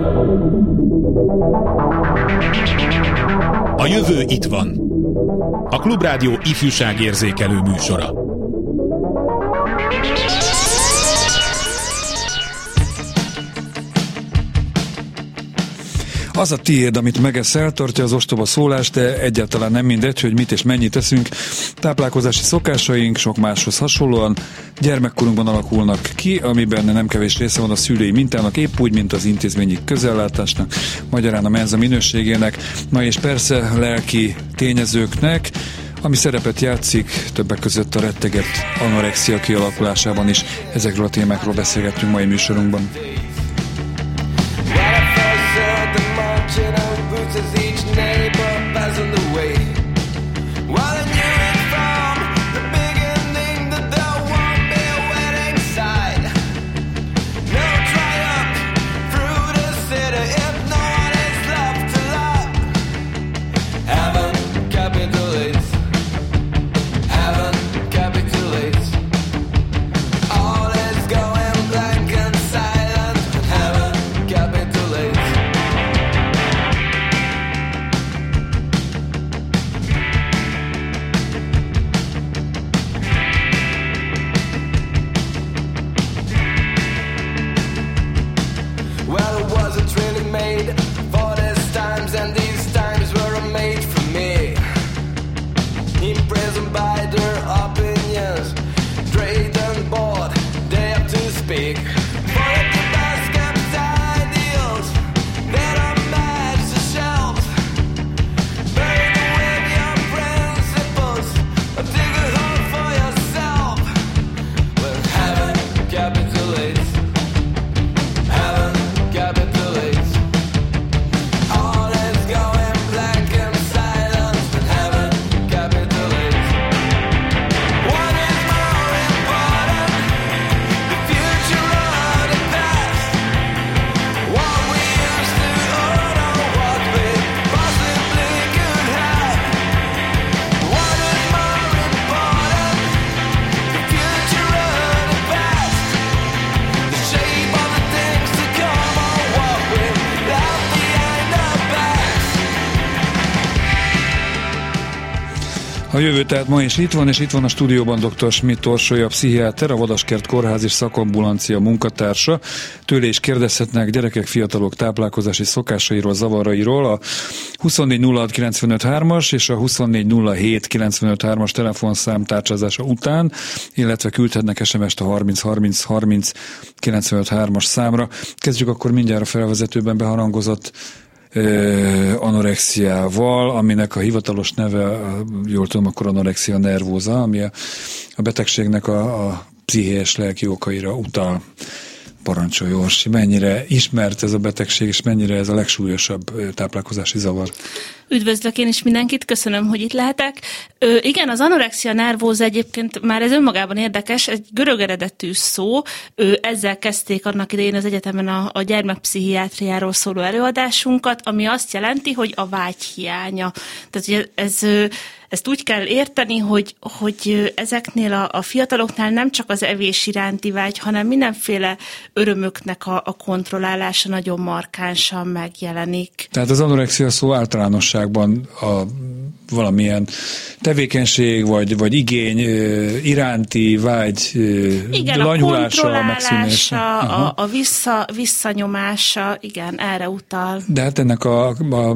A jövő itt van. A Klubrádió ifjúságérzékelő műsora. Az a tiéd, amit megeszel, tartja az ostoba szólást, de egyáltalán nem mindegy, hogy mit és mennyit eszünk. Táplálkozási szokásaink sok máshoz hasonlóan gyermekkorunkban alakulnak ki, amiben nem kevés része van a szülői mintának, épp úgy, mint az intézményi közellátásnak, magyarán a menza minőségének, na és persze lelki tényezőknek, ami szerepet játszik többek között a rettegett anorexia kialakulásában is. Ezekről a témákról beszélgettünk mai műsorunkban. As each neighbor passing the way, while I knew it from the beginning that there won't be a wedding side. No triumph through the city if no one is left to love. Heaven capitulates, heaven capitulates. All is going blank and silent. Heaven capitulates. Made for these times, and these times were made for me. Imprisoned by their opinions, straight and bored, they have to speak. For the best kept ideals that are match the shelves. Burn away your principles, dig a hole for yourself. When heaven capitulates, heaven capitulates. A jövő tehát ma is itt van, és itt van a stúdióban dr. Schmidt Orsolya, pszichiáter, a Vadaskert Kórház és Szakambulancia munkatársa. Tőle is kérdezhetnek gyerekek, fiatalok táplálkozási szokásairól, zavarairól. A 2406953-as és a 2407953-as telefonszám tárcsázása után, illetve küldhetnek SMS-t a 3030309553-as számra. Kezdjük akkor mindjárt a felvezetőben beharangozott anorexiával, aminek a hivatalos neve, jól tudom, akkor anorexia nervóza, ami a betegségnek a pszichés lelki okaira utal. Parancsolj, Orsi, mennyire ismert ez a betegség, és mennyire ez a legsúlyosabb táplálkozási zavar? Üdvözlök én is mindenkit, köszönöm, hogy itt lehetek. Igen, az anorexia nervóza egyébként már ez önmagában érdekes, egy görög eredetű szó, ezzel kezdték annak idején az egyetemen a gyermekpszichiátriáról szóló előadásunkat, ami azt jelenti, hogy a vágy hiánya. Tehát ezt úgy kell érteni, hogy ezeknél a fiataloknál nem csak az evés iránti vágy, hanem mindenféle örömöknek a kontrollálása nagyon markánsan megjelenik. Tehát az anorexia szó általánosságban valamilyen tevékenység, vagy igény iránti vágy lanyhulása, megszűnése. A visszanyomása, igen, erre utal. De hát ennek a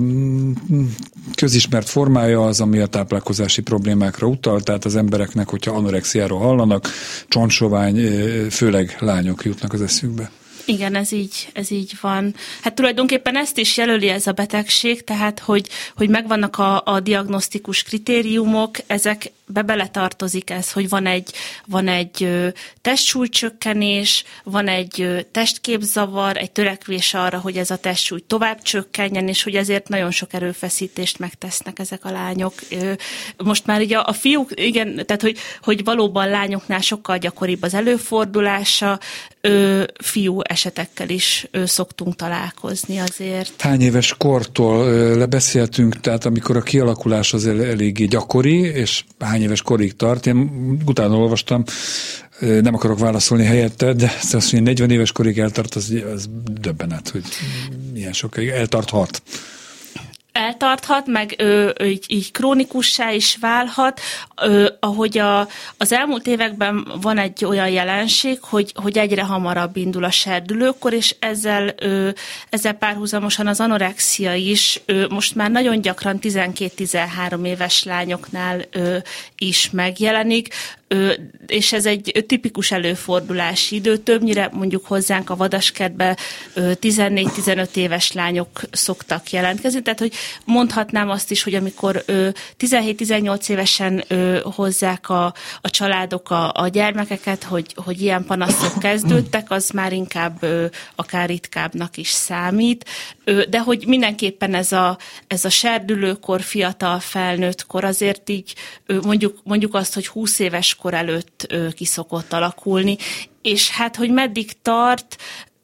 közismert formája az, ami a táplálkozási problémákra utal, tehát az embereknek, hogyha anorexiáról hallanak, csontsovány, főleg lányok jutnak az eszükbe. Igen, ez így van. Hát tulajdonképpen ezt is jelöli ez a betegség, tehát hogy megvannak a diagnosztikus kritériumok, ezekbe beletartozik ez, hogy van egy testsúlycsökkenés, van egy testképzavar, egy törekvés arra, hogy ez a testsúly tovább csökkenjen, és hogy ezért nagyon sok erőfeszítést megtesznek ezek a lányok. Most már így a fiúk, igen, tehát hogy valóban lányoknál sokkal gyakoribb az előfordulása, fiú esetekkel is szoktunk találkozni azért. Hány éves kortól lebeszéltünk, tehát amikor a kialakulás az eléggé gyakori, és hány éves korig tart? Én utána olvastam Nem akarok válaszolni helyette, de azt, hogy 40 éves korig eltart, az döbbenet, hogy milyen sokáig eltarthat. Eltarthat, meg így krónikussá is válhat, ahogy az elmúlt években van egy olyan jelenség, hogy egyre hamarabb indul a serdülőkor, és ezzel párhuzamosan az anorexia is most már nagyon gyakran 12-13 éves lányoknál is megjelenik, és ez egy tipikus előfordulási idő, többnyire mondjuk hozzánk a vadaskertbe 14-15 éves lányok szoktak jelentkezni, tehát hogy mondhatnám azt is, hogy amikor 17-18 évesen hozzák a családok a gyermekeket, hogy ilyen panaszok kezdődtek, az már inkább akár ritkábbnak is számít, de hogy mindenképpen ez a serdülőkor, fiatal felnőttkor azért így mondjuk azt, hogy 20 éves kor előtt ki szokott alakulni, és hát, hogy meddig tart,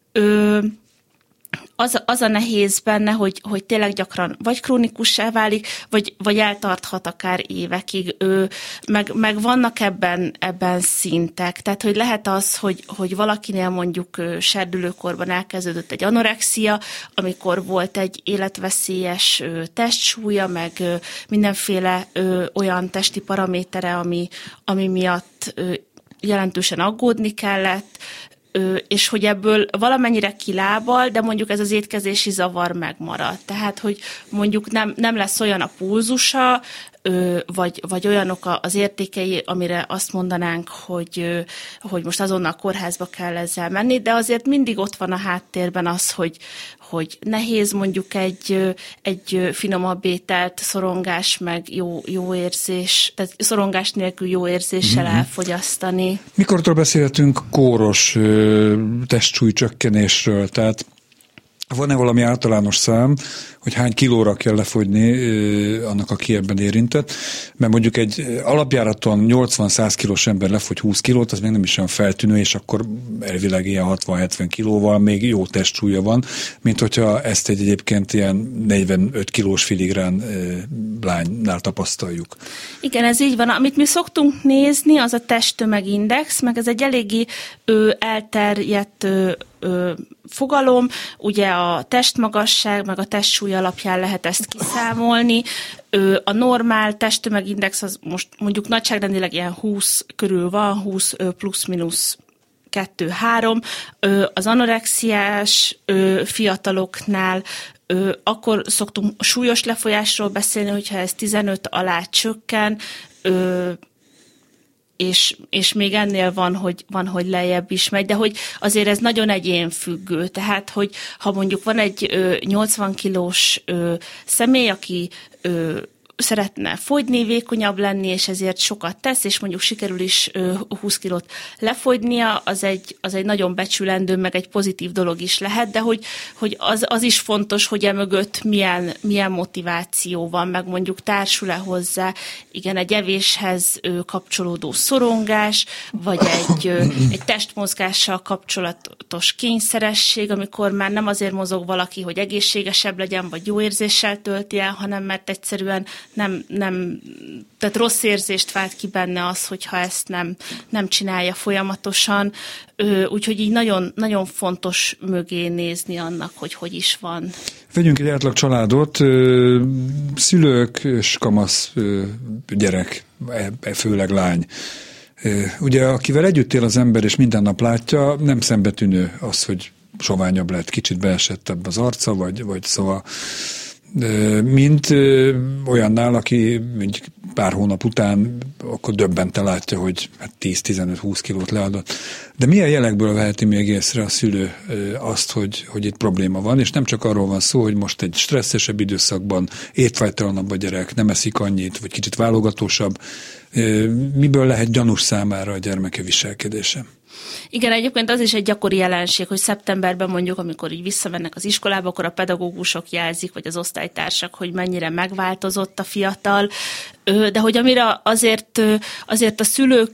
az a nehéz benne, hogy tényleg gyakran vagy krónikussá válik, vagy eltarthat akár évekig. Meg vannak ebben szintek. Tehát, hogy lehet az, hogy valakinél mondjuk serdülőkorban elkezdődött egy anorexia, amikor volt egy életveszélyes testsúlya, meg mindenféle olyan testi paramétere, ami miatt jelentősen aggódni kellett, és hogy ebből valamennyire kilábal, de mondjuk ez az étkezési zavar megmarad. Tehát, hogy mondjuk nem lesz olyan a pulzusa, vagy olyanok az értékei, amire azt mondanánk, hogy most azonnal kórházba kell ezzel menni, de azért mindig ott van a háttérben az, hogy nehéz mondjuk egy finomabb ételt, szorongás, meg jó érzés, tehát szorongás nélkül jó érzéssel elfogyasztani. Mikortól beszélhetünk kóros testsúlycsökkenésről? Tehát van-e valami általános szám, hogy hány kilóra kell lefogyni annak, aki ebben érintett? Mert mondjuk egy alapjáraton 80-100 kilós ember lefogy 20 kilót, az még nem is olyan feltűnő, és akkor elvileg ilyen 60-70 kilóval még jó testsúlya van, mint hogyha ezt egyébként ilyen 45 kilós filigrán lánynál tapasztaljuk. Igen, ez így van. Amit mi szoktunk nézni, az a testtömegindex, meg ez egy eléggé elterjedt fogalom, ugye a testmagasság, meg a testsúly alapján lehet ezt kiszámolni. A normál testtömegindex az most mondjuk nagyságrendileg ilyen 20 körül van, 20 plusz-minusz 2-3. Az anorexiás fiataloknál akkor szoktunk súlyos lefolyásról beszélni, hogyha ez 15 alá csökken, és még ennél van, hogy lejjebb is megy, de hogy azért ez nagyon egyénfüggő. Tehát, hogy ha mondjuk van egy 80 kilós személy, aki szeretne fogyni, vékonyabb lenni, és ezért sokat tesz, és mondjuk sikerül is 20 kilót lefogynia, az egy nagyon becsülendő, meg egy pozitív dolog is lehet, de hogy az is fontos, hogy emögött milyen motiváció van, meg mondjuk társul-e hozzá, igen, egy evéshez kapcsolódó szorongás, vagy egy testmozgással kapcsolatos kényszeresség, amikor már nem azért mozog valaki, hogy egészségesebb legyen, vagy jó érzéssel tölti el, hanem mert egyszerűen nem, tehát rossz érzést vált ki benne az, hogyha ezt nem csinálja folyamatosan, úgyhogy így nagyon, nagyon fontos mögé nézni annak, hogy is van. Vegyünk egy átlag családot, szülők és kamasz gyerek, főleg lány. Ugye, akivel együtt él az ember, és minden nap látja, nem szembetűnő az, hogy soványabb lett, kicsit beesettebb az arca, vagy szóval mint olyannál, aki pár hónap után akkor döbbenten látja, hogy 10-15-20 kilót leadott. De milyen jelekből veheti még észre a szülő azt, hogy itt probléma van, és nem csak arról van szó, hogy most egy stresszesebb időszakban étvágytalanabb a gyerek, nem eszik annyit, vagy kicsit válogatósabb. Miből lehet gyanús számára a gyermeke viselkedése? Igen, egyébként az is egy gyakori jelenség, hogy szeptemberben mondjuk, amikor így visszamennek az iskolába, akkor a pedagógusok jelzik, vagy az osztálytársak, hogy mennyire megváltozott a fiatal, de hogy amire azért a szülők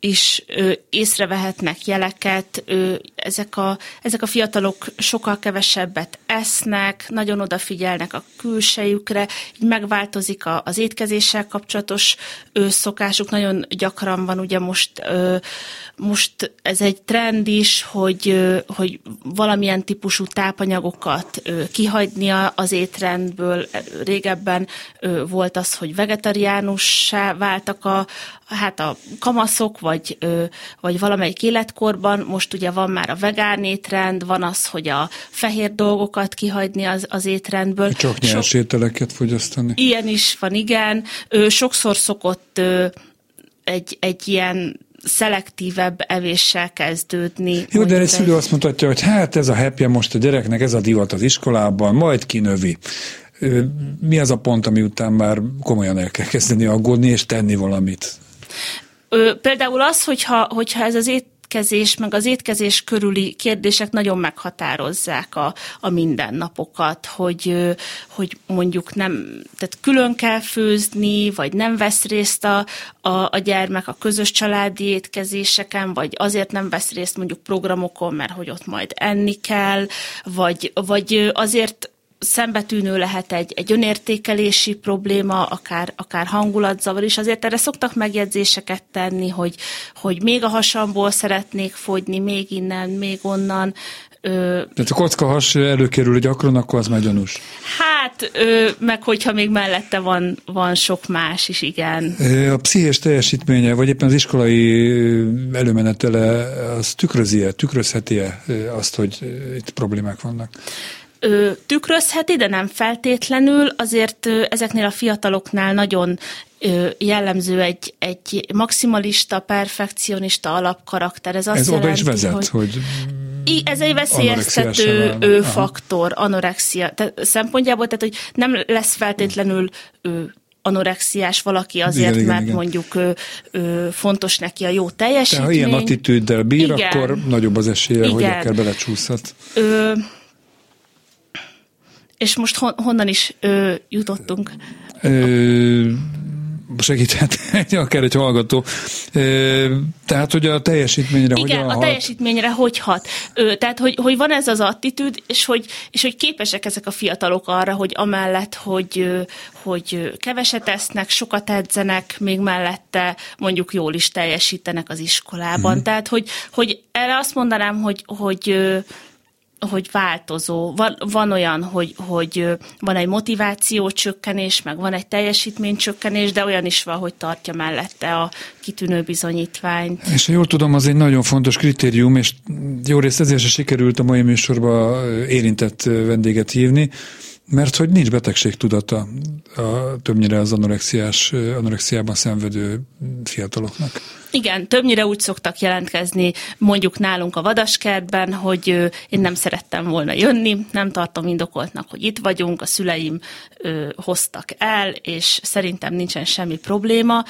is észrevehetnek jeleket, ezek a fiatalok sokkal kevesebbet esznek, nagyon odafigyelnek a külsejükre, így megváltozik az étkezéssel kapcsolatos szokásuk, nagyon gyakran van ugye most ez egy trend is, hogy valamilyen típusú tápanyagokat kihagyni az étrendből. Régebben volt az, hogy vegetariánussá váltak a kamaszok, vagy valamelyik életkorban. Most ugye van már a vegán étrend, van az, hogy a fehér dolgokat kihagyni az étrendből. Csak nyers ételeket fogyasztani. Ilyen is van, igen. Sokszor szokott egy ilyen szelektívebb evéssel kezdődni. Jó, de egy szülő azt mutatja, hogy hát ez a happy most a gyereknek, ez a divat az iskolában, majd kinövi. Mi az a pont, ami után már komolyan el kell kezdeni aggódni és tenni valamit? Például az, hogyha ez az étkezés, meg az étkezés körüli kérdések nagyon meghatározzák a mindennapokat, hogy mondjuk nem, tehát külön kell főzni, vagy nem vesz részt a gyermek a közös családi étkezéseken, vagy azért nem vesz részt mondjuk programokon, mert hogy ott majd enni kell, vagy azért szembetűnő lehet egy önértékelési probléma, akár hangulatzavar is. Azért erre szoktak megjegyzéseket tenni, hogy még a hasamból szeretnék fogyni, még innen, még onnan. Tehát a kockahas előkerül gyakran, akkor az már gyanús. Hát, meg hogyha még mellette van sok más is, igen. A pszichés teljesítménye, vagy éppen az iskolai előmenetele, az tükrözheti-e azt, hogy itt problémák vannak? Tükrözheti, de nem feltétlenül. Azért ezeknél a fiataloknál nagyon jellemző egy maximalista, perfekcionista alapkarakter. Ez oda jelenti, is vezet, hogy ez egy veszélyeztető faktor, anorexia szempontjából, tehát hogy nem lesz feltétlenül anorexiás valaki azért, igen, mert igen. mondjuk fontos neki a jó teljesítmény. Tehát ha ilyen attitűddel bír, igen. Akkor nagyobb az esélye, igen. hogy akár belecsúszhat. És most honnan is jutottunk? Segíthet akár egy hallgató. Tehát, hogy a teljesítményre igen, hogyan hat? A teljesítményre hogy hat. Tehát, hogy van ez az attitűd, és hogy képesek ezek a fiatalok arra, hogy amellett, hogy keveset esznek, sokat edzenek, még mellette mondjuk jól is teljesítenek az iskolában. Tehát, hogy erre azt mondanám, hogy változó. Van olyan, hogy van egy motivációcsökkenés, meg van egy teljesítménycsökkenés, de olyan is van, hogy tartja mellette a kitűnő bizonyítványt. És ha jól tudom, az egy nagyon fontos kritérium, és jó részt ezért se sikerült a mai műsorba érintett vendéget hívni, mert hogy nincs betegségtudata többnyire az anorexiában szenvedő fiataloknak. Igen, többnyire úgy szoktak jelentkezni, mondjuk nálunk a Vadaskertben, hogy én nem szerettem volna jönni, nem tartom indokoltnak, hogy itt vagyunk, a szüleim hoztak el, és szerintem nincsen semmi probléma.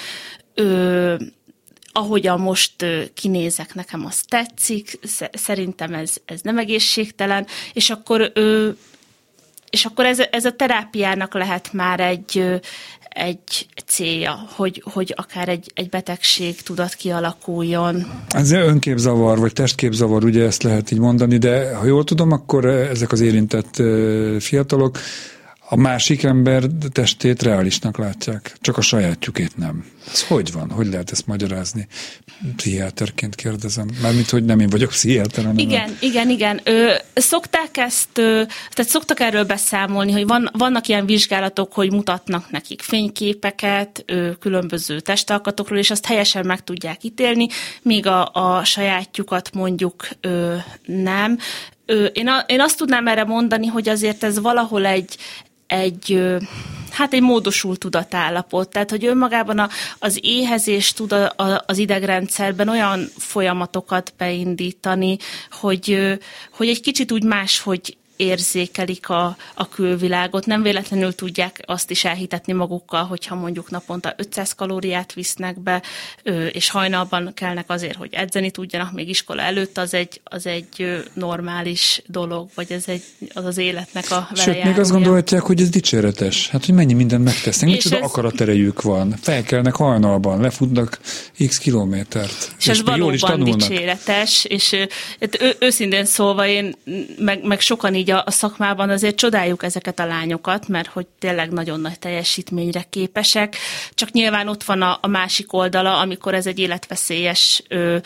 Ahogyan most kinézek, nekem az tetszik, szerintem ez nem egészségtelen, és akkor ez a terápiának lehet már egy célja, hogy akár egy betegség tudat kialakuljon. Ez önképzavar, vagy testképzavar, ugye ezt lehet így mondani, de ha jól tudom, akkor ezek az érintett fiatalok a másik ember testét reálisnak látják, csak a sajátjukét nem. Ez hogy van? Hogy lehet ezt magyarázni? Pszichiáterként kérdezem. Mármint, hogy nem én vagyok pszichiáter, hanem... Igen. Szokták ezt, tehát szoktak erről beszámolni, hogy vannak ilyen vizsgálatok, hogy mutatnak nekik fényképeket különböző testalkatokról, és azt helyesen meg tudják ítélni, míg a sajátjukat mondjuk nem. Én azt tudnám erre mondani, hogy azért ez valahol egy módosult tudatállapot. Tehát, hogy önmagában az éhezés tud az idegrendszerben olyan folyamatokat beindítani, hogy egy kicsit úgy máshogy érzékelik a külvilágot, nem véletlenül tudják azt is elhitetni magukkal, hogyha mondjuk naponta 500 kalóriát visznek be, és hajnalban kelnek azért, hogy edzeni tudjanak, még iskola előtt, az egy normális dolog, vagy az az életnek a vele. Sőt, még azt gondolhatják, hogy ez dicséretes. Hát, hogy mennyi mindent megtesznek, micsoda akaraterejük van. Felkelnek hajnalban, lefutnak x kilométert. És ez valóban dicséretes, és őszintén szólva én, meg sokan így a szakmában azért csodáljuk ezeket a lányokat, mert hogy tényleg nagyon nagy teljesítményre képesek, csak nyilván ott van a másik oldala, amikor ez egy életveszélyes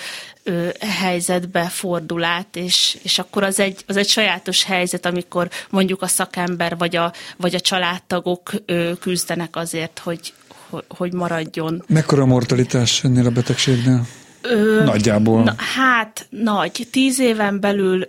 helyzetbe fordul át, és akkor az egy sajátos helyzet, amikor mondjuk a szakember vagy a családtagok küzdenek azért, hogy maradjon. Mekkora a mortalitás ennél a betegségnél? Nagyjából. Hát nagy. 10 éven belül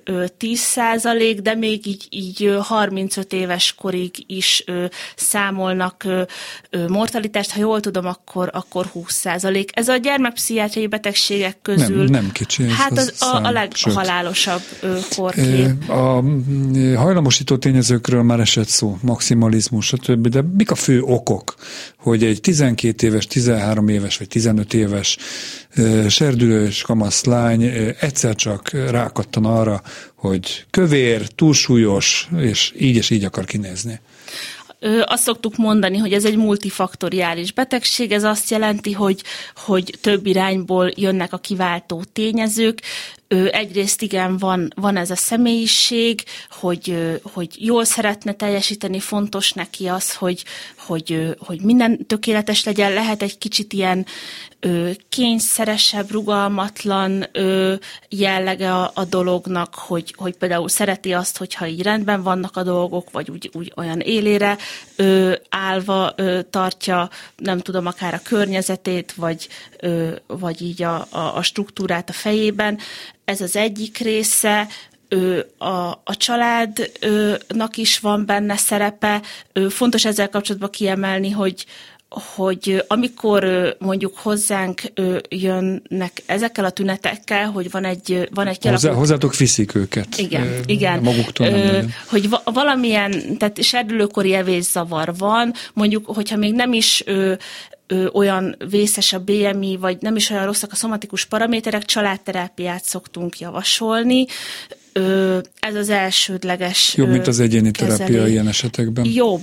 10%, de még így 35 éves korig is számolnak mortalitást. Ha jól tudom, akkor 20%. Ez a gyermekpszichiátriai betegségek közül... Nem kicsi. Hát az a leghalálosabb korkép. A hajlamosító tényezőkről már esett szó, maximalizmus, stb. De mik a fő okok, hogy egy 12 éves, 13 éves vagy 15 éves serdülős kamasz lány egyszer csak rákattan arra, hogy kövér, túlsúlyos, és így akar kinézni? Azt szoktuk mondani, hogy ez egy multifaktoriális betegség, ez azt jelenti, hogy több irányból jönnek a kiváltó tényezők. Egyrészt igen, van ez a személyiség, hogy jól szeretne teljesíteni, fontos neki az, hogy minden tökéletes legyen, lehet egy kicsit ilyen kényszeresebb, rugalmatlan jellege a dolognak, hogy például szereti azt, hogyha így rendben vannak a dolgok, vagy úgy olyan élére állva tartja, nem tudom, akár a környezetét, vagy így a struktúrát a fejében. Ez az egyik része. A családnak is van benne szerepe. Fontos ezzel kapcsolatban kiemelni, hogy amikor mondjuk hozzánk jönnek ezekkel a tünetekkel, hogy van egy hozzátok viszik őket. Igen. Maguktól nem hogy valamilyen, tehát serdülőkori evészavar van, mondjuk, hogyha még nem is olyan vészes a BMI, vagy nem is olyan rosszak a szomatikus paraméterek, családterápiát szoktunk javasolni. Ez az elsődleges jobb, mint az egyéni terápia ilyen esetekben. Jobb.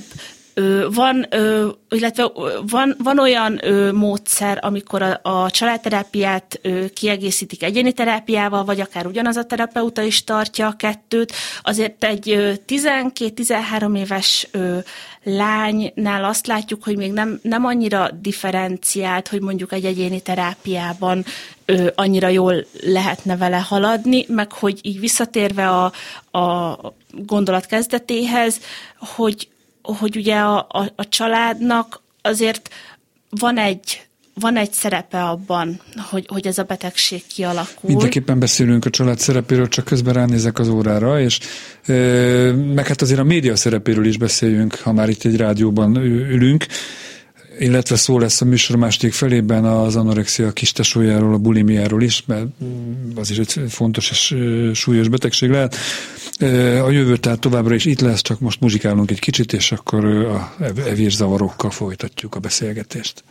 Van olyan módszer, amikor a családterápiát kiegészítik egyéni terápiával, vagy akár ugyanaz a terapeuta is tartja a kettőt. Azért egy 12-13 éves lánynál azt látjuk, hogy még nem annyira differenciált, hogy mondjuk egy egyéni terápiában annyira jól lehetne vele haladni, meg hogy így visszatérve a gondolat kezdetéhez, hogy ugye a családnak azért van egy szerepe abban, hogy ez a betegség kialakul. Mindenképpen beszélünk a család szerepéről, csak közben ránézek az órára, és meg hát azért a média szerepéről is beszéljünk, ha már itt egy rádióban ülünk, illetve szó lesz a műsor második felében az anorexia kistesójáról, a bulimiáról is, mert az is egy fontos és súlyos betegség lehet. A jövő tehát továbbra is itt lesz, csak most muzsikálunk egy kicsit, és akkor a evészavarokkal folytatjuk a beszélgetést.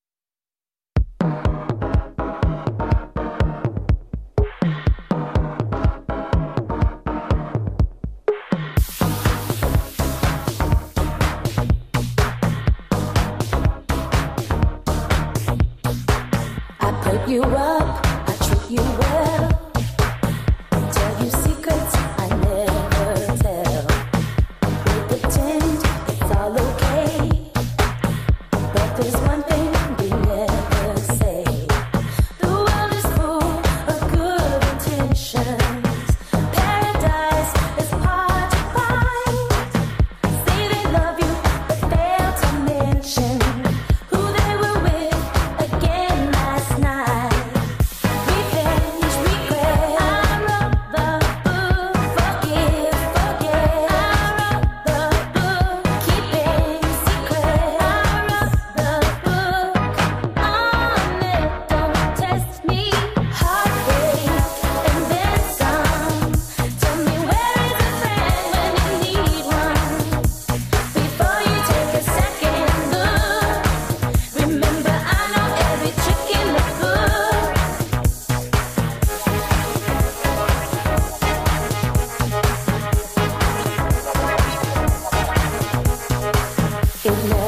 You up, I treat you well, tell you secrets I never tell. We pretend it's all okay, but there's one thing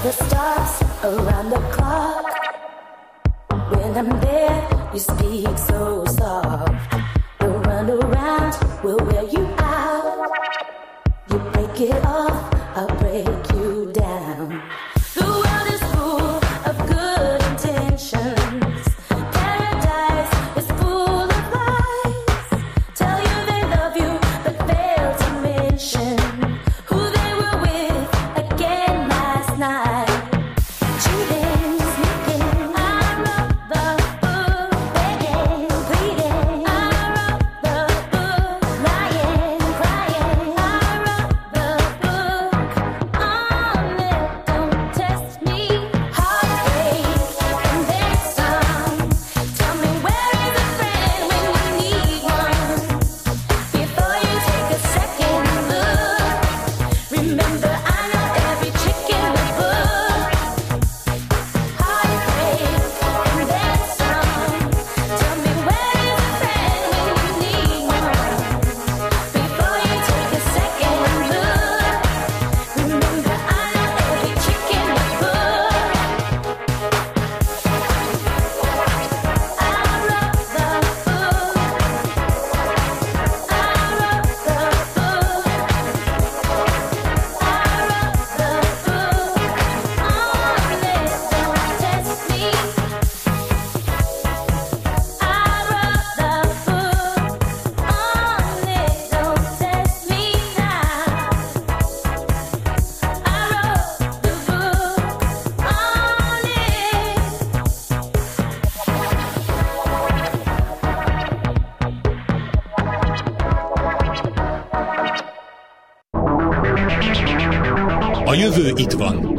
the stars around the clock. When I'm there, you speak so soft. The run around will wear you out. You break it off, I'll break you down. The world is full of good intentions. Paradise is full of lies. Tell you they love you, but fail to mention who they were with again last night. Cheating, sneaking, I wrote the book. Begging, pleading, I wrote the book. Lying, crying, I wrote the book. On it, don't test me. Heartbreak, and then some. Tell me where is a friend when you need one? Before you take a second look, remember I know every trick in the book. Heartbreak, and then some. Tell me where is a friend when you need one? Before you take a second look, remember I know every trick in the book. I wrote the book. I wrote the book. I wrote the book. On it, don't test me. I wrote the book. On it, don't test me now. I wrote the book on it. A jövő itt van.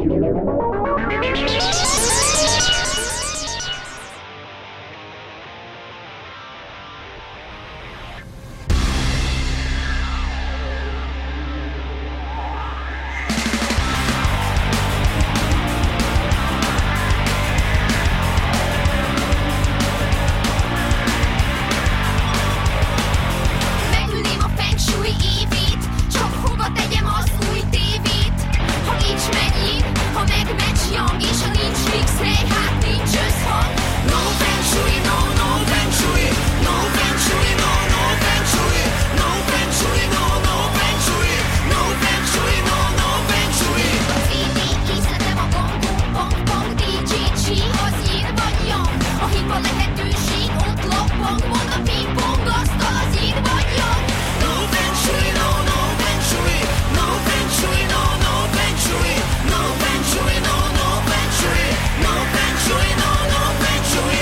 Megülném a feng shui évét, csak hova tegyem az új tévét. Ha nincs megint, ha meg meccs yang, és ha nincs fix-hely, hát nincs összhang. No feng shui, no, no feng shui, no feng shui, no, no feng shui, no feng shui, no, no feng shui, no feng shui, no, no feng shui. A CD készletem a gong, pong, pong, DJ G, az yin vagy yang. A hiba lehetőség ott loppang, mond a pingpong, asztal az yin vagy yang. No feng shui, no, no feng shui, no feng shui, no, no feng shui, no feng shui, no, no feng shui, no feng shui, no, no feng shui.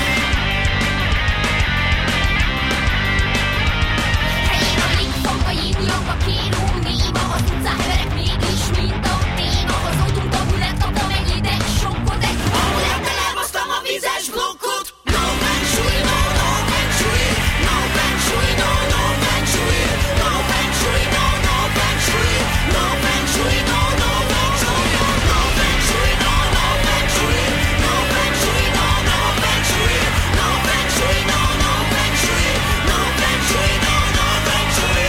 Helyén a lingfong, a yin yang, a kéró néma, az utcán heverek mégis mind a téma. Az autónk tabulet, adta meg ide sokkot, egy tabulettel elmoztam a vizes blokkot. No feng shui, no, no feng shui, no feng shui, no, no feng shui, no feng shui, no, no feng shui, no feng shui, no, no feng shui, no feng shui, no, no feng shui, no feng shui, no, no feng shui, no feng shui, no, no feng shui, no feng shui, no, no feng shui.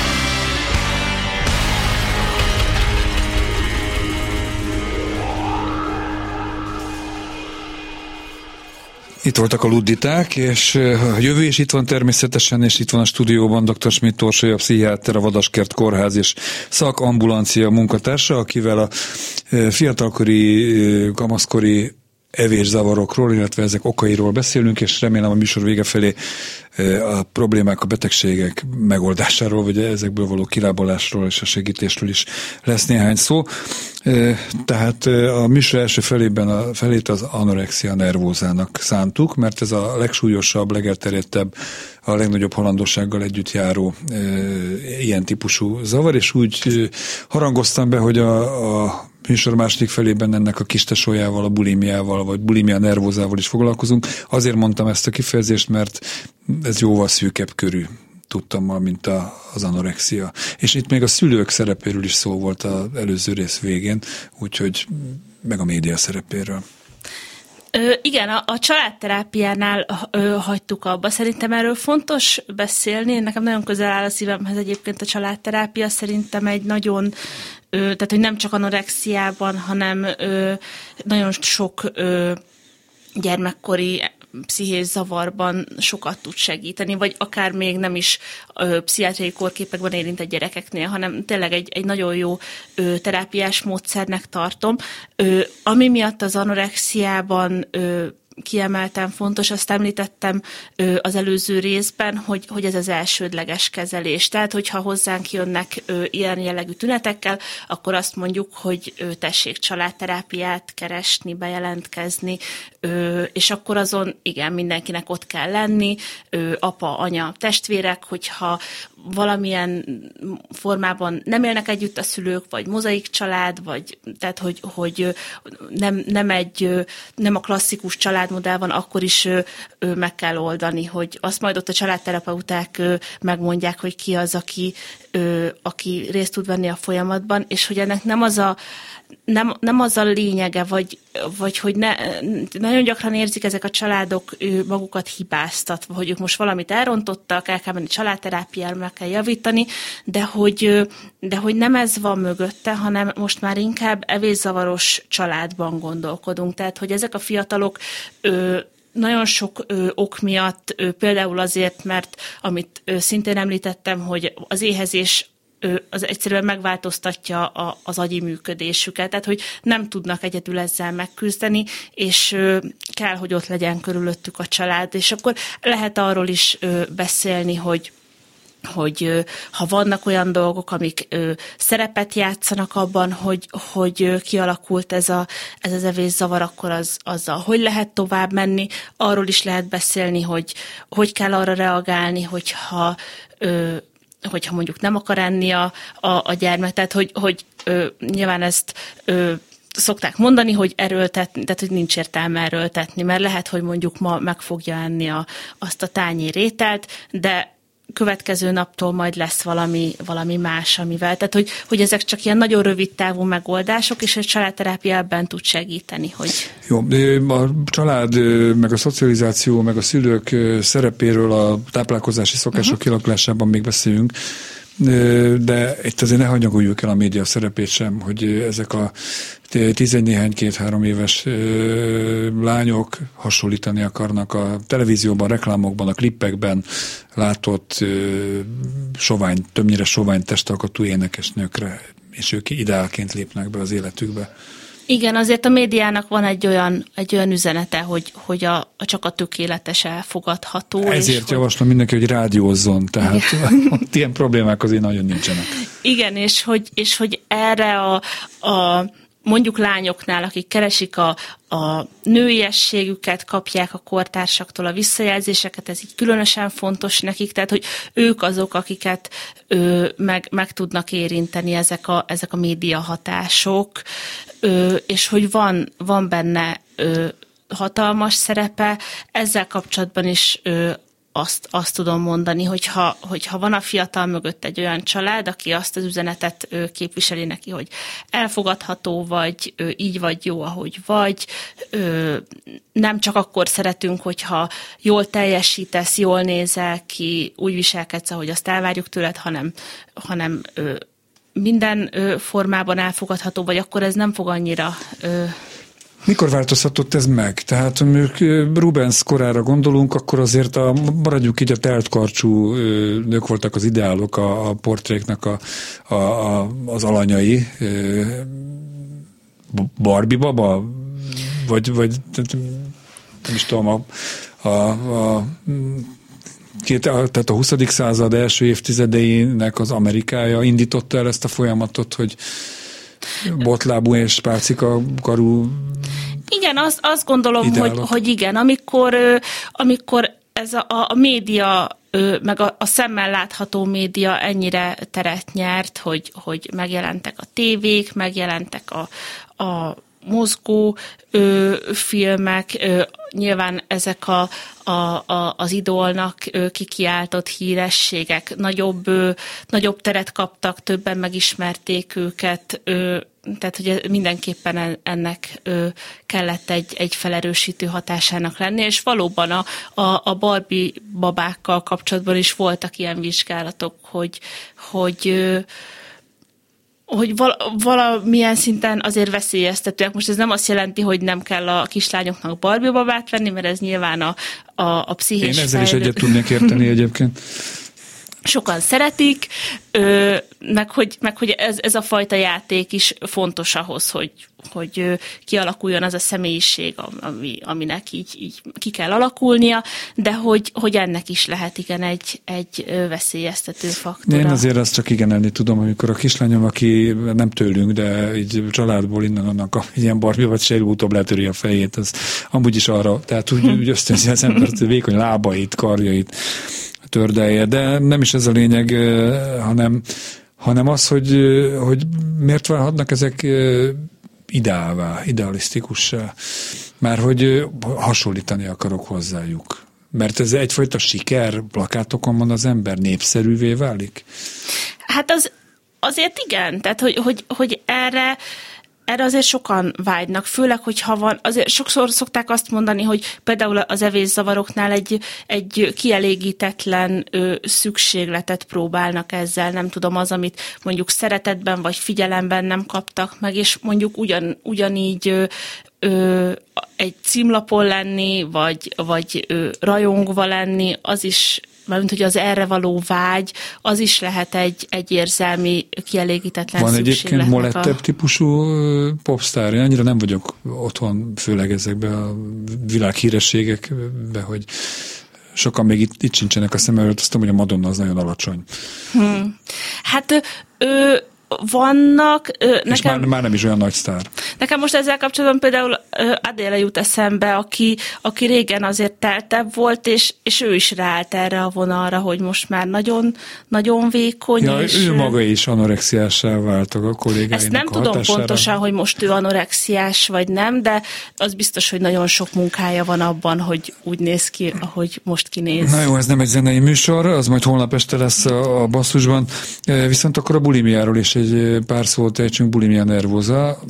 Itt voltak a ludditák, és a jövő is itt van természetesen, és itt van a stúdióban dr. Schmidt Orsolya, pszichiáter, a Vadaskert Kórház és szakambulancia munkatársa, akivel a fiatalkori, kamaszkori evészavarokról, illetve ezek okairól beszélünk, és remélem a műsor vége felé a problémák, a betegségek megoldásáról, vagy ezekből való kilábalásról és a segítésről is lesz néhány szó. Tehát a műsor első felében a felét az anorexia nervózának szántuk, mert ez a legsúlyosabb, legelterjedtebb, a legnagyobb halandósággal együtt járó ilyen típusú zavar, és úgy harangoztam be, hogy a műsor második felében ennek a kistesójával, a bulimiával, vagy bulimia nervózával is foglalkozunk. Azért mondtam ezt a kifejezést, mert ez jóval szűkebb körű tudtammal, mint az anorexia. És itt még a szülők szerepéről is szó volt az előző rész végén, úgyhogy meg a média szerepéről. Igen, a családterápiánál hagytuk abba. Szerintem erről fontos beszélni. Nekem nagyon közel áll a szívemhez egyébként a családterápia. Szerintem egy nagyon, tehát hogy nem csak anorexiában, hanem nagyon sok gyermekkori pszichés zavarban sokat tud segíteni, vagy akár még nem is pszichiátriai kórképekben érintett gyerekeknél, hanem tényleg egy nagyon jó terápiás módszernek tartom. Ami miatt az anorexiában kiemelten fontos, azt említettem az előző részben, hogy ez az elsődleges kezelés. Tehát, hogyha hozzánk jönnek ilyen jellegű tünetekkel, akkor azt mondjuk, hogy tessék családterápiát keresni, bejelentkezni, és akkor azon igen, mindenkinek ott kell lenni, apa, anya, testvérek, hogyha valamilyen formában nem élnek együtt a szülők, vagy mozaik család, vagy tehát, hogy nem a klasszikus családmodell van, akkor is meg kell oldani, hogy azt majd ott a családterapeuták megmondják, hogy ki az, aki részt tud venni a folyamatban, és hogy ennek nem az a lényege, vagy hogy nagyon gyakran érzik ezek a családok magukat hibáztatva, hogy ők most valamit elrontottak, el kell menni családterápiára, meg kell javítani, de hogy nem ez van mögötte, hanem most már inkább evészavaros családban gondolkodunk. Tehát, hogy ezek a fiatalok nagyon sok ok miatt, például azért, mert amit szintén említettem, hogy az éhezés az egyszerűen megváltoztatja az agyi működésüket, tehát hogy nem tudnak egyedül ezzel megküzdeni, és kell, hogy ott legyen körülöttük a család, és akkor lehet arról is beszélni, hogy ha vannak olyan dolgok, amik szerepet játszanak abban, hogy kialakult ez az evészavar, akkor azzal hogy lehet tovább menni, arról is lehet beszélni, hogy kell arra reagálni, hogyha mondjuk nem akar enni a gyermek, tehát hogy nyilván ezt szokták mondani, hogy erőltetni, tehát hogy nincs értelme erőltetni, mert lehet, hogy mondjuk ma meg fogja enni azt a tányér ételt, de következő naptól majd lesz valami más, amivel. Tehát, hogy ezek csak ilyen nagyon rövid távú megoldások, és a családterápia ebben tud segíteni. Hogy... Jó, a család, meg a szocializáció, meg a szülők szerepéről a táplálkozási szokások kialakulásában még beszélünk, de itt azért ne hanyagoljuk el a média szerepét sem, hogy ezek a 11-néhány, 2-3 éves lányok hasonlítani akarnak a televízióban, reklámokban, a klippekben látott többnyire sovány testalkatú énekesnőkre, és ők ideálként lépnek be az életükbe. Igen, azért a médiának van egy olyan üzenete, hogy csak a tökéletes elfogadható. Ezért javaslom mindenki, hogy rádiózzon, tehát ott ilyen problémák azért nagyon nincsenek. Igen, és hogy erre a mondjuk lányoknál, akik keresik a nőiességüket, kapják a kortársaktól a visszajelzéseket, ez így különösen fontos nekik, tehát hogy ők azok, akiket meg tudnak érinteni ezek a média hatások, és hogy van benne hatalmas szerepe, ezzel kapcsolatban is azt tudom mondani, hogyha van a fiatal mögött egy olyan család, aki azt az üzenetet képviseli neki, hogy elfogadható vagy, így vagy jó, ahogy vagy, nem csak akkor szeretünk, hogyha jól teljesítesz, jól nézel ki, úgy viselkedsz, ahogy azt elvárjuk tőled, hanem minden formában elfogadható, vagy akkor ez nem fog annyira... Mikor változhatott ez meg? Tehát amikor Rubens korára gondolunk, akkor azért maradjuk így a teltkarcsú nők voltak az ideálok a portréknak az alanyai. Barbie baba? Vagy nem is tudom, tehát a 20. század első évtizedeinek az Amerikája indította el ezt a folyamatot, hogy botlábú és pálcika karú. Igen, azt gondolom, hogy igen, amikor ez a média, meg a szemmel látható média ennyire teret nyert, hogy megjelentek a tévék, megjelentek a mozgó filmek, nyilván ezek az idolnak kikiáltott hírességek nagyobb teret kaptak, többen megismerték őket, tehát hogy mindenképpen ennek kellett egy felerősítő hatásának lenni, és valóban a Barbie babákkal kapcsolatban is voltak ilyen vizsgálatok, hogy valamilyen szinten azért veszélyeztetőek. Most ez nem azt jelenti, hogy nem kell a kislányoknak Barbie babát venni, mert ez nyilván a pszichés Én ezzel is egyet tudnék érteni egyébként. Sokan szeretik, meg hogy ez a fajta játék is fontos ahhoz, hogy kialakuljon az a személyiség, aminek így ki kell alakulnia, de hogy ennek is lehet igen egy veszélyeztető faktora. Én azért azt csak igenelni tudom, amikor a kislányom, aki nem tőlünk, de így családból innen-onnan kap egy ilyen Barbie, vagy se előbb-utóbb letöri a fejét, az amúgy is arra, tehát úgy ösztönzi az embert vékony lábait, karjait tördelje, de nem is ez a lényeg, hanem az, hogy miért válhatnak ezek idealisztikussá. Már hogy hasonlítani akarok hozzájuk. Mert ez egyfajta siker, plakátokon van az ember, népszerűvé válik? Hát azért igen, tehát hogy erre azért sokan vágynak, főleg, hogyha van, azért sokszor szokták azt mondani, hogy például az evészavaroknál egy kielégítetlen szükségletet próbálnak ezzel, nem tudom, az, amit mondjuk szeretetben vagy figyelemben nem kaptak meg, és mondjuk ugyanígy egy címlapon lenni, vagy rajongva lenni, az is, mert hogy az erre való vágy, az is lehet egy érzelmi kielégítetlen van szükségletnek. Van egyébként molettebb típusú popstar, én annyira nem vagyok otthon, főleg ezekben a világhírességekben, hogy sokan még itt sincsenek a szem előtt, azt tudom, hogy a Madonna az nagyon alacsony. Hát vannak... És már nem is olyan nagy sztár. Nekem most ezzel kapcsolatban például Adéla jut eszembe, aki régen azért teltebb volt, és ő is ráállt erre a vonalra, hogy most már nagyon, nagyon vékony. Ja, és ő maga is anorexiássá váltak a kollégáinak. Ezt nem tudom pontosan, hogy most ő anorexiás vagy nem, de az biztos, hogy nagyon sok munkája van abban, hogy úgy néz ki, ahogy most kinéz. Na jó, ez nem egy zenei műsor, az majd holnap este lesz a basszusban. Viszont akkor a bulimiáról is egy pár szót ejtsünk, bulimia nervosa,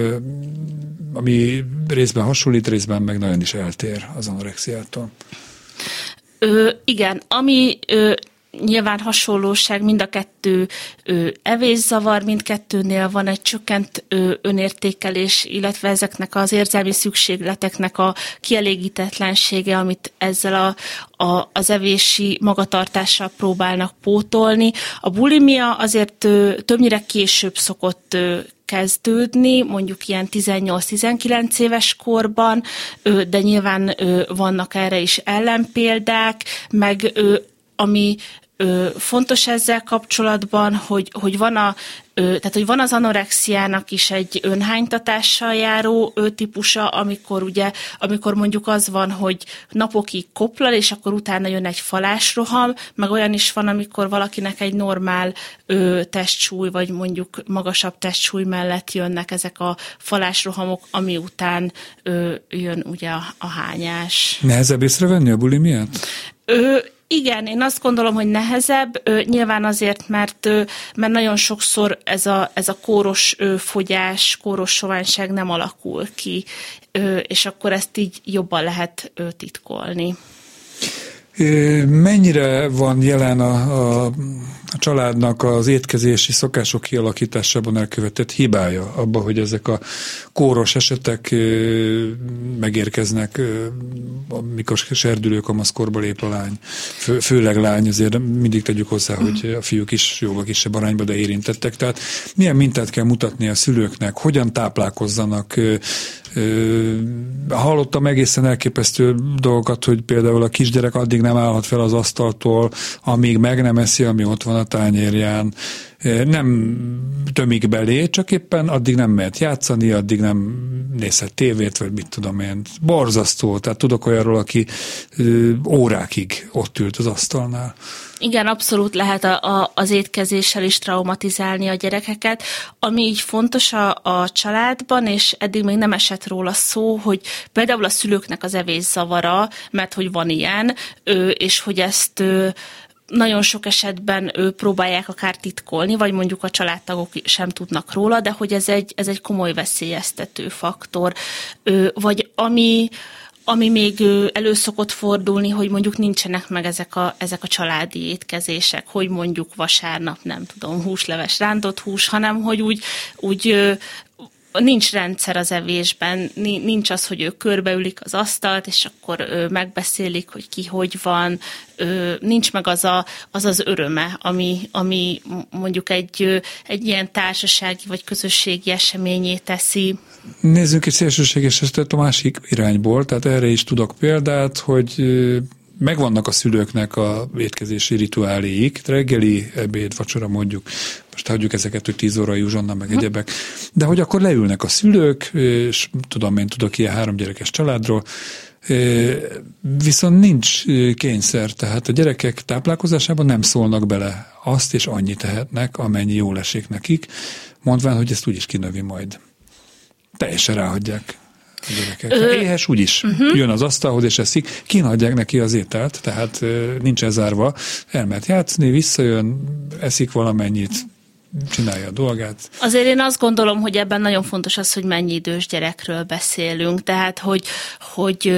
ami részben hasonlít, részben meg nagyon is eltér az anorexiától. Igen, ami nyilván hasonlóság, mind a kettő evészavar, mindkettőnél van egy csökkent önértékelés, illetve ezeknek az érzelmi szükségleteknek a kielégítetlensége, amit ezzel az evési magatartással próbálnak pótolni. A bulimia azért többnyire később szokott kezdődni, mondjuk ilyen 18-19 éves korban, de nyilván vannak erre is ellenpéldák, meg ami fontos ezzel kapcsolatban, hogy van az anorexiának is egy önhánytatással járó típusa, amikor mondjuk az van, hogy napokig koplal, és akkor utána jön egy falásroham, meg olyan is van, amikor valakinek egy normál testsúly, vagy mondjuk magasabb testsúly mellett jönnek ezek a falásrohamok, ami után jön ugye a hányás. Nehezebb észrevenni a bulimiát? Igen, én azt gondolom, hogy nehezebb, nyilván azért, mert nagyon sokszor ez a kóros fogyás, kóros soványság nem alakul ki, és akkor ezt így jobban lehet titkolni. Mennyire van jelen a családnak az étkezési szokások kialakításában elkövetett hibája abban, hogy ezek a kóros esetek megérkeznek, amikor serdülő kamaszkorba lép a lány. Főleg lány, azért mindig tegyük hozzá, hogy a fiúk is jóval kisebb arányba, de érintettek. Tehát milyen mintát kell mutatni a szülőknek, hogyan táplálkozzanak. Hallottam egészen elképesztő dolgokat, hogy például a kisgyerek addig nem állhat fel az asztaltól, amíg meg nem eszi, ami ott van a tányérján. Nem tömik belé, csak éppen addig nem mehet játszani, addig nem nézhet tévét, vagy mit tudom én. Borzasztó, tehát tudok olyanról, aki órákig ott ült az asztalnál. Igen, abszolút lehet az étkezéssel is traumatizálni a gyerekeket. Ami így fontos a családban, és eddig még nem esett róla szó, hogy például a szülőknek az evészavara, mert hogy van ilyen, és hogy ezt nagyon sok esetben próbálják akár titkolni, vagy mondjuk a családtagok sem tudnak róla, de hogy ez egy komoly veszélyeztető faktor. Vagy ami még elő szokott fordulni, hogy mondjuk nincsenek meg ezek a családi étkezések, hogy mondjuk vasárnap, nem tudom, húsleves, rántott hús, hanem hogy úgy nincs rendszer az evésben, nincs az, hogy ők körbeülik az asztalt, és akkor megbeszélik, hogy ki hogy van, nincs meg az öröme, ami mondjuk egy ilyen társasági vagy közösségi eseményé teszi. Nézzük egy szélsőséges esetet a másik irányból, tehát erre is tudok példát, hogy megvannak a szülőknek a étkezési rituáléik, reggeli, ebéd, vacsora mondjuk, most hagyjuk ezeket, hogy 10 órai uzsonna, meg egyebek, de hogy akkor leülnek a szülők, és tudok ilyen 3 gyerekes családról, viszont nincs kényszer, tehát a gyerekek táplálkozásában nem szólnak bele, azt és annyit tehetnek, amennyi jól esik nekik, mondván, hogy ezt úgyis kinövi majd. Teljesen ráhagyják a gyerekek. Éhes úgyis jön az asztalhoz és eszik, kínhagyják neki az ételt, tehát nincs zárva, elmehet játszani, visszajön, eszik valamennyit, csinálja a dolgát. Azért én azt gondolom, hogy ebben nagyon fontos az, hogy mennyi idős gyerekről beszélünk, tehát hogy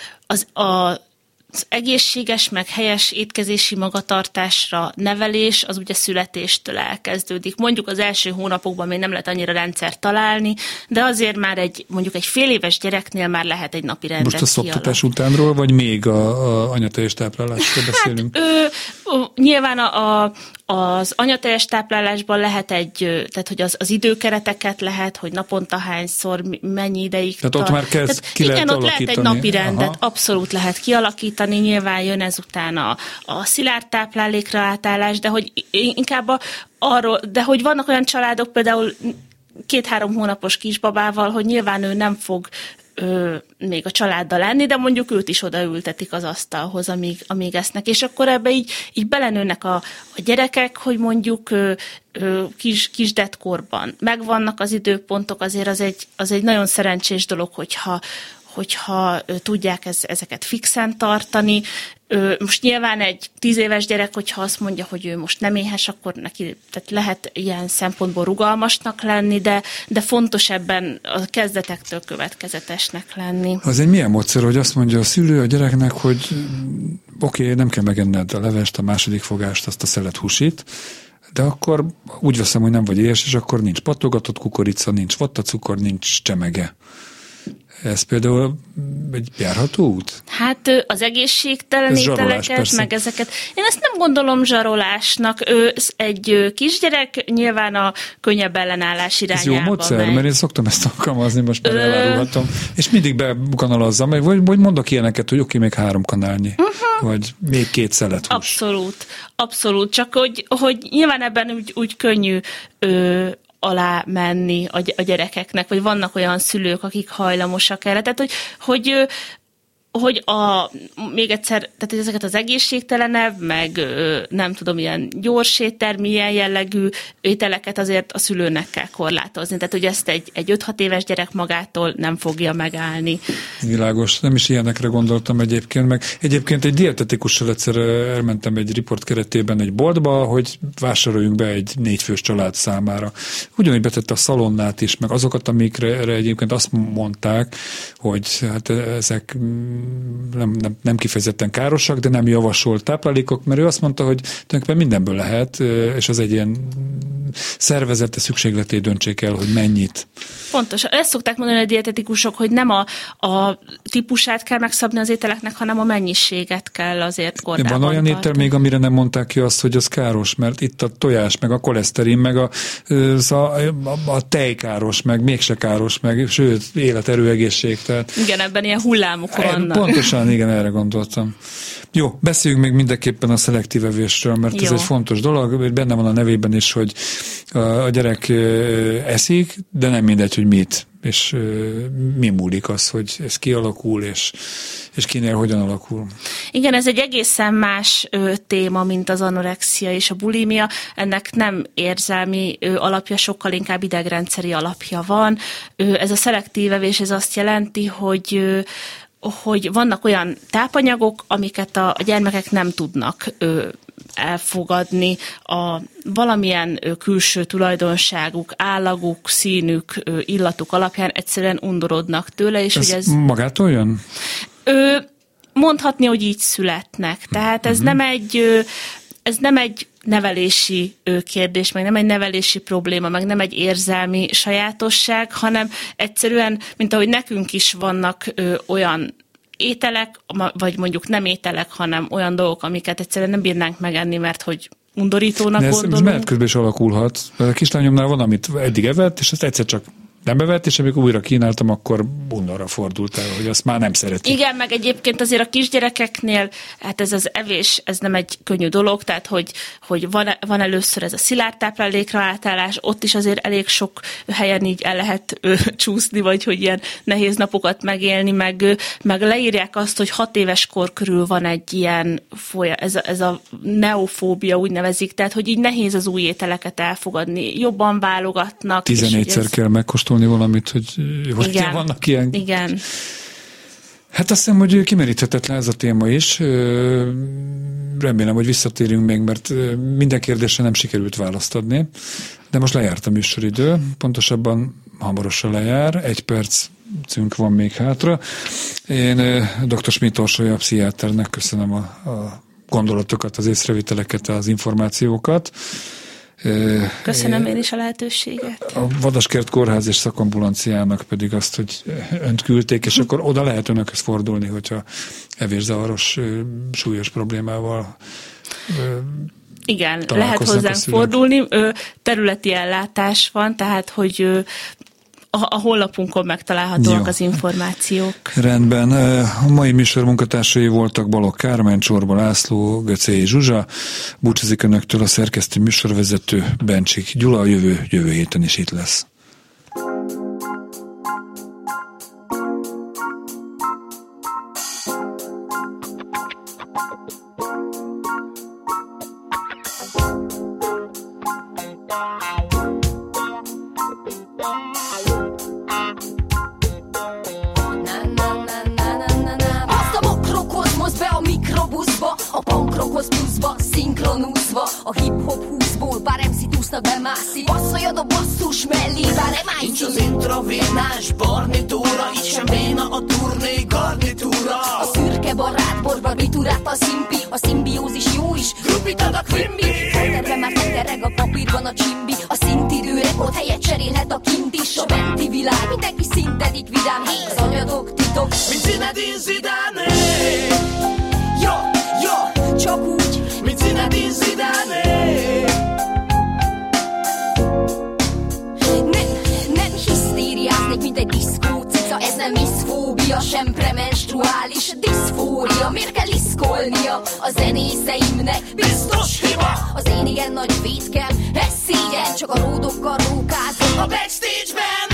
az egészséges, meg helyes étkezési magatartásra nevelés, az ugye születéstől elkezdődik. Mondjuk az első hónapokban még nem lehet annyira rendszert találni, de azért már mondjuk egy fél éves gyereknél már lehet egy napi rendet kialakítani. Most a szoptatás utánról, vagy még a anyateljes táplálásról beszélünk? Nyilván az anyateljes táplálásban lehet tehát hogy az időkereteket lehet, hogy naponta hányszor, mennyi ideig tehát ott már igen, ott lehet egy napi rendet, abszolút lehet kialakítani, nyilván jön ezután a szilárd táplálékra átállás, de hogy inkább de hogy vannak olyan családok, például 2-3 hónapos kisbabával, hogy nyilván ő nem fog még a családdal lenni, de mondjuk őt is odaültetik az asztalhoz, amíg esznek, és akkor ebbe így belenőnek a gyerekek, hogy mondjuk kisdetkorban megvannak az időpontok, azért az egy nagyon szerencsés dolog, hogyha tudják ezeket fixen tartani. Most nyilván egy 10 éves gyerek, hogyha azt mondja, hogy ő most nem éhes, akkor neki tehát lehet ilyen szempontból rugalmasnak lenni, de fontos ebben a kezdetektől következetesnek lenni. Az egy milyen módszer, hogy azt mondja a szülő a gyereknek, hogy oké, nem kell megenned a levest, a második fogást, azt a szelet húsit, de akkor úgy veszem, hogy nem vagy éhes, és akkor nincs pattogatott kukorica, nincs vattacukor, nincs csemege. Ez például egy járható út? Hát az egészségtelen ételeket, meg ezeket. Én ezt nem gondolom zsarolásnak. Egy kisgyerek nyilván a könnyebb ellenállás irányába megy. Ez jó módszer, mert én szoktam ezt alkalmazni, most már elárulhatom. És mindig bekanalazzam, vagy mondok ilyeneket, hogy oké, még 3 kanálnyi, vagy még 2 szelet hús. Abszolút. Csak hogy nyilván ebben úgy könnyű alá menni a gyerekeknek, vagy vannak olyan szülők, akik hajlamosak erre. Tehát, hogy még egyszer, tehát ezeket az egészségtelenebb, meg nem tudom, ilyen gyors éttermi, ilyen jellegű ételeket azért a szülőnek kell korlátozni. Tehát, hogy ezt egy 5-6 éves gyerek magától nem fogja megállni. Világos, nem is ilyenekre gondoltam egyébként, meg egyébként egy dietetikussal egyszer elmentem egy riport keretében egy boltba, hogy vásároljunk be egy 4 fős család számára. Ugyanúgy betette a szalonnát is, meg azokat, amikre egyébként azt mondták, hogy hát ezek nem kifejezetten károsak, de nem javasolt táplálékok, mert ő azt mondta, hogy tulajdonképpen mindenből lehet, és az egy ilyen szervezete szükségleté döntsék el, hogy mennyit. Pontos. Ezt szokták mondani a dietetikusok, hogy nem a típusát kell megszabni az ételeknek, hanem a mennyiséget kell azért kordában Van olyan étel még, amire nem mondták ki azt, hogy az káros, mert itt a tojás, meg a koleszterin, meg a tej káros, meg mégse káros, meg sőt, életerő, egészség. Tehát igen, ebben ilyen hullámok vannak. Pontosan, igen, erre gondoltam. Jó, beszéljünk még mindenképpen a szelektív evésről, mert ez egy fontos dolog, benne van a nevében is, hogy a gyerek eszik, de nem mindegy, hogy mit, és mi múlik az, hogy ez kialakul, és kinél hogyan alakul. Igen, ez egy egészen más téma, mint az anorexia és a bulimia. Ennek nem érzelmi alapja, sokkal inkább idegrendszeri alapja van. Ez a szelektív evés, ez azt jelenti, hogy hogy vannak olyan tápanyagok, amiket a gyermekek nem tudnak elfogadni, a valamilyen külső tulajdonságuk, állaguk, színük, illatuk alapján egyszerűen undorodnak tőle. És ez hogy ez magától jön? Mondhatni, hogy így születnek. Tehát ez nem egy nevelési kérdés, meg nem egy nevelési probléma, meg nem egy érzelmi sajátosság, hanem egyszerűen, mint ahogy nekünk is vannak olyan ételek, vagy mondjuk nem ételek, hanem olyan dolgok, amiket egyszerűen nem bírnánk megenni, mert hogy undorítónak gondolunk. Ez menet közben is alakulhat. A kislányomnál van, amit eddig evett, és ezt egyszer csak nem bevett, és amikor újra kínáltam, akkor undorra fordult el, hogy azt már nem szereti. Igen, meg egyébként azért a kisgyerekeknél, hát ez az evés, ez nem egy könnyű dolog, tehát hogy van először ez a szilárd táplálékra átállás, ott is azért elég sok helyen így el lehet csúszni, vagy hogy ilyen nehéz napokat megélni, meg leírják azt, hogy 6 éves kor körül van egy ilyen ez a neofóbia úgy nevezik, tehát hogy így nehéz az új ételeket elfogadni, jobban válogatnak. 14-szer kell megkóstolni valamit, hogy igen, vannak ilyen. Igen. Hát azt hiszem, hogy kimeríthetetlen ez a téma is. Remélem, hogy visszatérünk még, mert minden kérdésre nem sikerült választ adni. De most lejárt a műsoridő, pontosabban hamarosan lejár, 1 percünk van még hátra. Én dr. Schmidt Orsolya, pszichiáternek köszönöm a gondolatokat, az észrevételeket, az információkat. Köszönöm én is a lehetőséget. A Vadaskert Kórház és Szakambulanciának pedig azt, hogy önt küldték, és akkor oda lehet önökhöz fordulni, hogyha evészavaros súlyos problémával igen, lehet hozzánk fordulni. Területi ellátás van, tehát hogy a honlapunkon megtalálhatóak az információk. Rendben. A mai műsor munkatársai voltak Balogh Kármen, Csorba László, Göcéi Zsuzsa. Búcsúzik önöktől a szerkesztő műsorvezető Bencsik Gyula, a jövő héten is itt lesz. A hip-hop húszból pár MC túsznak bemászik. Basszoljad a basszus mellé, bár nem állj. Nincs az intravénás barnitúra, így sem béna a turné garnitúra. A szürke barát barbitúrát a szimpi, a szimbiózis jó is. Grupit ad a kvimbi. Folderben már tetereg a papírban a csimbi. A szintidő rekord helyet cserélhet a kint is. A benti világ, mindenki szintedik vidám. Az anyadok titok, mint Zinedine Zidane. Jó, csak úgy, mint Zinedine Zidane. Nem hisztériáznék, mint egy diszkócica. Ez nem miszfóbia, sem premenstruális diszfória. Miért kell iszkolnia a zenészeimnek? Biztos hiba. Az én igen nagy vétkem, ez szégyen. Csak a ródokkal rókázom a backstage-ben.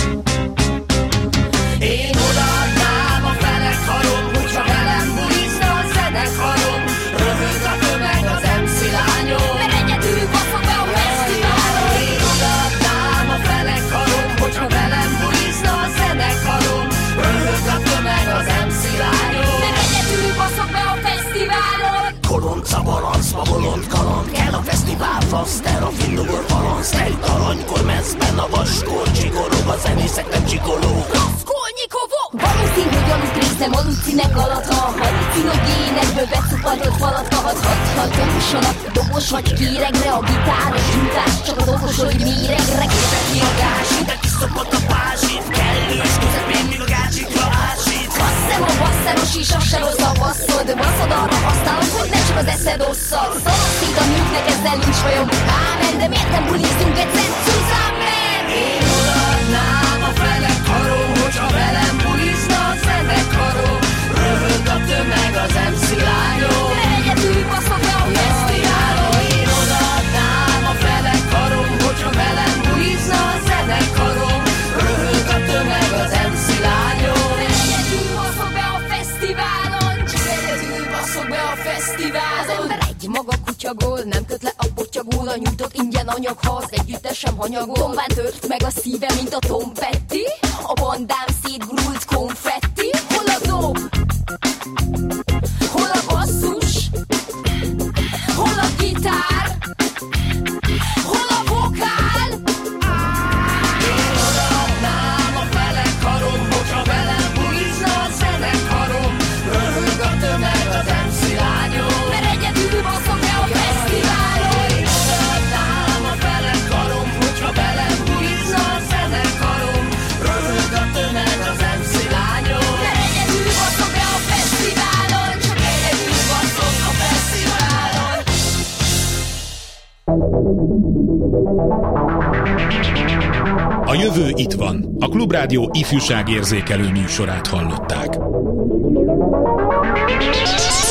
Én odaadnám a fenekharom, hogyha velem bulizna a zenekarom. Röhög a tömeg az MC lányom, mert egyedül baszom be a fesztiválon. Én odaadnám a fenekharom, hogyha velem bulizna a zenekarom. Röhög a tömeg az MC lányom, mert egyedül baszom be a fesztiválon. Kolonca balanszba bolond kaland, kell a fesztivál faszter, a findugor balansz. Egy aranykor mezben a vaskor csigorog, a zenészek nem csigolók. Raskolnyikovok! Valószín, hogy aludt alucinek alatt, ha halucinogénekből becupatott falatka, hadd dobussanak dobos vagy kéregre, a gitáros gyújtás, csak a dobos, hogy méregre. Képek ki a gázsit, de kiszopott a pázsit, kellős közepén, míg a gázsikra ásít. Basszem a basszeros is, az se rossz a basszod, basszod arra használod, hogy ne csak az eszed osszad. Szavaszít a műknek, ezzel nincs bajom, ámen, de miért nem bulizunk egyszer, Suzamen? Én odaadnám a fenekharom, hogyha velem bulizna a zenekarom. Röhög a tömeg az MC lányom, mert egyedül baszok be a fesztiválon. Én odaadnám a fenekharom, hogyha velem bulizna a zenekarom. Röhög a tömeg az MC lányom, mert egyedül baszok be a fesztiválon. egyedül baszok be a fesztiválon. Az ember egy maga kutyagol, nem köt le a potyagól, a nyújtott ingyen anyag, ha az együttesem hanyagol. Tombán tört meg a szíve, mint a Tom Petty, a bandám szétgurult konfetti. Hol a dob? A jövő itt van. A Klubrádió ifjúságérzékelő műsorát hallották.